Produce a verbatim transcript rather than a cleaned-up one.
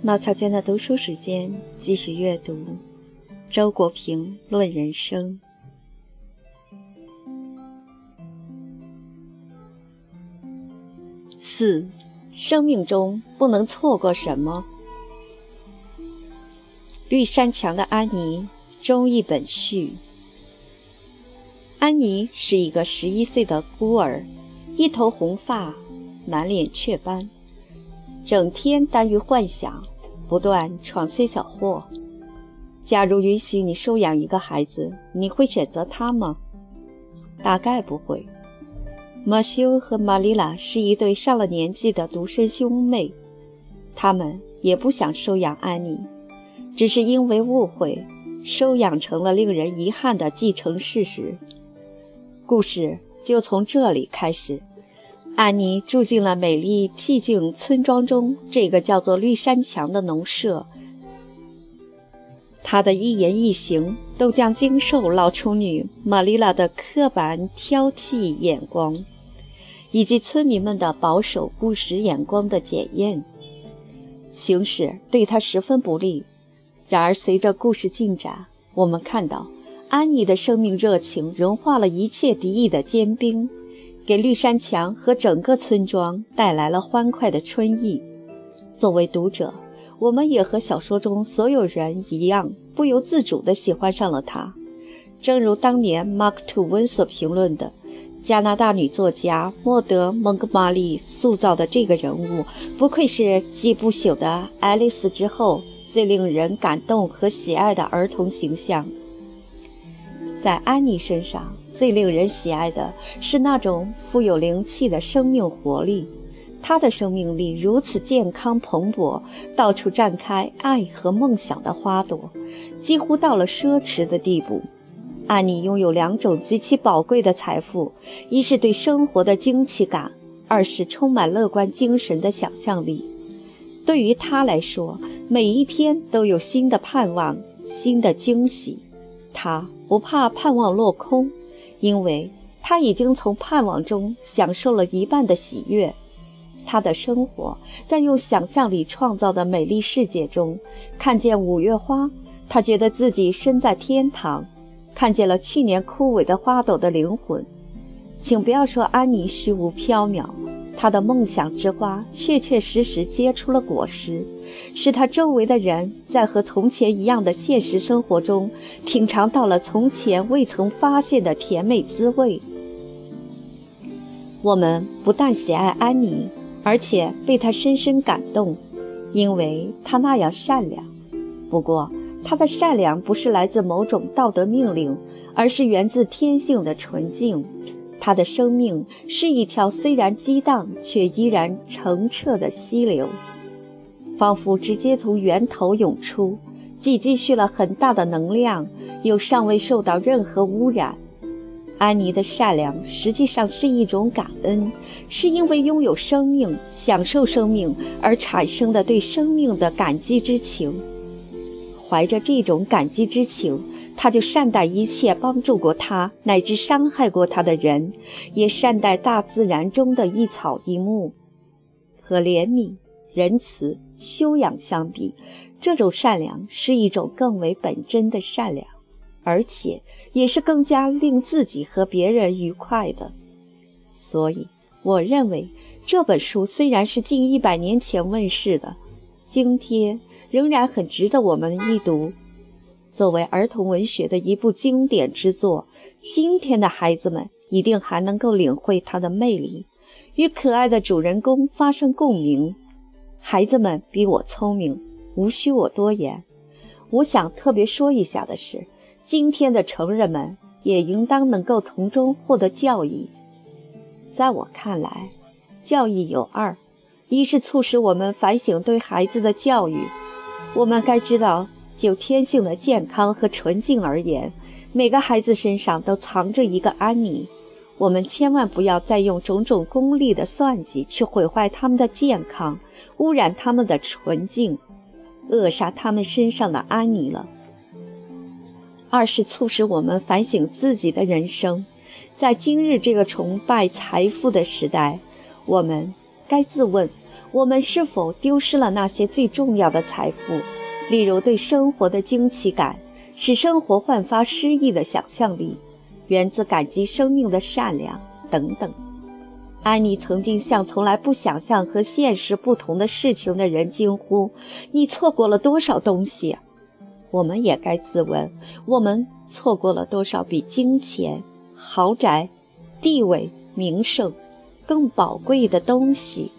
茅草间的读书时间，继续阅读周国平论人生。四，生命中不能错过什么。绿山墙的安妮，中译本序。安妮是一个十一岁的孤儿，一头红发，满脸雀斑，整天耽于幻想，不断闯些小祸。假如允许你收养一个孩子，你会选择他吗？大概不会。马修和玛丽拉是一对上了年纪的独生兄妹，他们也不想收养安妮，只是因为误会，收养成了令人遗憾的既成事实。故事就从这里开始。安妮住进了美丽僻静村庄中这个叫做绿山墙的农舍，她的一言一行都将经受老处女玛丽拉的刻板挑剔眼光，以及村民们的保守务实眼光的检验，形势对她十分不利。然而随着故事进展，我们看到安妮的生命热情融化了一切敌意的坚冰，给绿山墙和整个村庄带来了欢快的春意。作为读者，我们也和小说中所有人一样，不由自主地喜欢上了她。正如当年马克·吐温所评论的，加拿大女作家莫德·蒙哥马利塑造的这个人物，不愧是继不朽的爱丽丝之后最令人感动和喜爱的儿童形象。在安妮身上，最令人喜爱的是那种富有灵气的生命活力。她的生命力如此健康蓬勃，到处绽开爱和梦想的花朵，几乎到了奢侈的地步。安妮拥有两种极其宝贵的财富，一是对生活的惊奇感，二是充满乐观精神的想象力。对于她来说，每一天都有新的盼望，新的惊喜。她不怕盼望落空，因为她已经从盼望中享受了一半的喜悦。她的生活在用想象力创造的美丽世界中，看见五月花，她觉得自己身在天堂，看见了去年枯萎的花朵的灵魂。请不要说安妮虚无缥缈，她的梦想之花确确实实结出了果实，使她周围的人在和从前一样的现实生活中品尝到了从前未曾发现的甜美滋味。我们不但喜爱安妮，而且被她深深感动，因为她那样善良。不过她的善良不是来自某种道德命令，而是源自天性的纯净。她的生命是一条虽然激荡却依然澄澈的溪流，仿佛直接从源头涌出，既积蓄了很大的能量，又尚未受到任何污染。安妮的善良实际上是一种感恩，是因为拥有生命、享受生命而产生的对生命的感激之情。怀着这种感激之情，他就善待一切帮助过他乃至伤害过他的人，也善待大自然中的一草一木。和怜悯、仁慈、修养相比，这种善良是一种更为本真的善良，而且也是更加令自己和别人愉快的。所以我认为这本书虽然是近一百年前问世的，今天仍然很值得我们一读。作为儿童文学的一部经典之作，今天的孩子们一定还能够领会它的魅力，与可爱的主人公发生共鸣。孩子们比我聪明，无需我多言。我想特别说一下的是，今天的成人们也应当能够从中获得教益。在我看来，教益有二，一是促使我们反省对孩子的教育。我们该知道，就天性的健康和纯净而言，每个孩子身上都藏着一个安妮。我们千万不要再用种种功利的算计去毁坏他们的健康，污染他们的纯净，扼杀他们身上的安妮了。二是促使我们反省自己的人生。在今日这个崇拜财富的时代，我们该自问， 我们是否丢失了那些最重要的财富，例如对生活的惊奇感，使生活焕发诗意的想象力，源自感激生命的善良等等。安妮曾经向从来不想象和现实不同的事情的人惊呼：你错过了多少东西啊！我们也该自问，我们错过了多少比金钱、豪宅、地位、名声更宝贵的东西？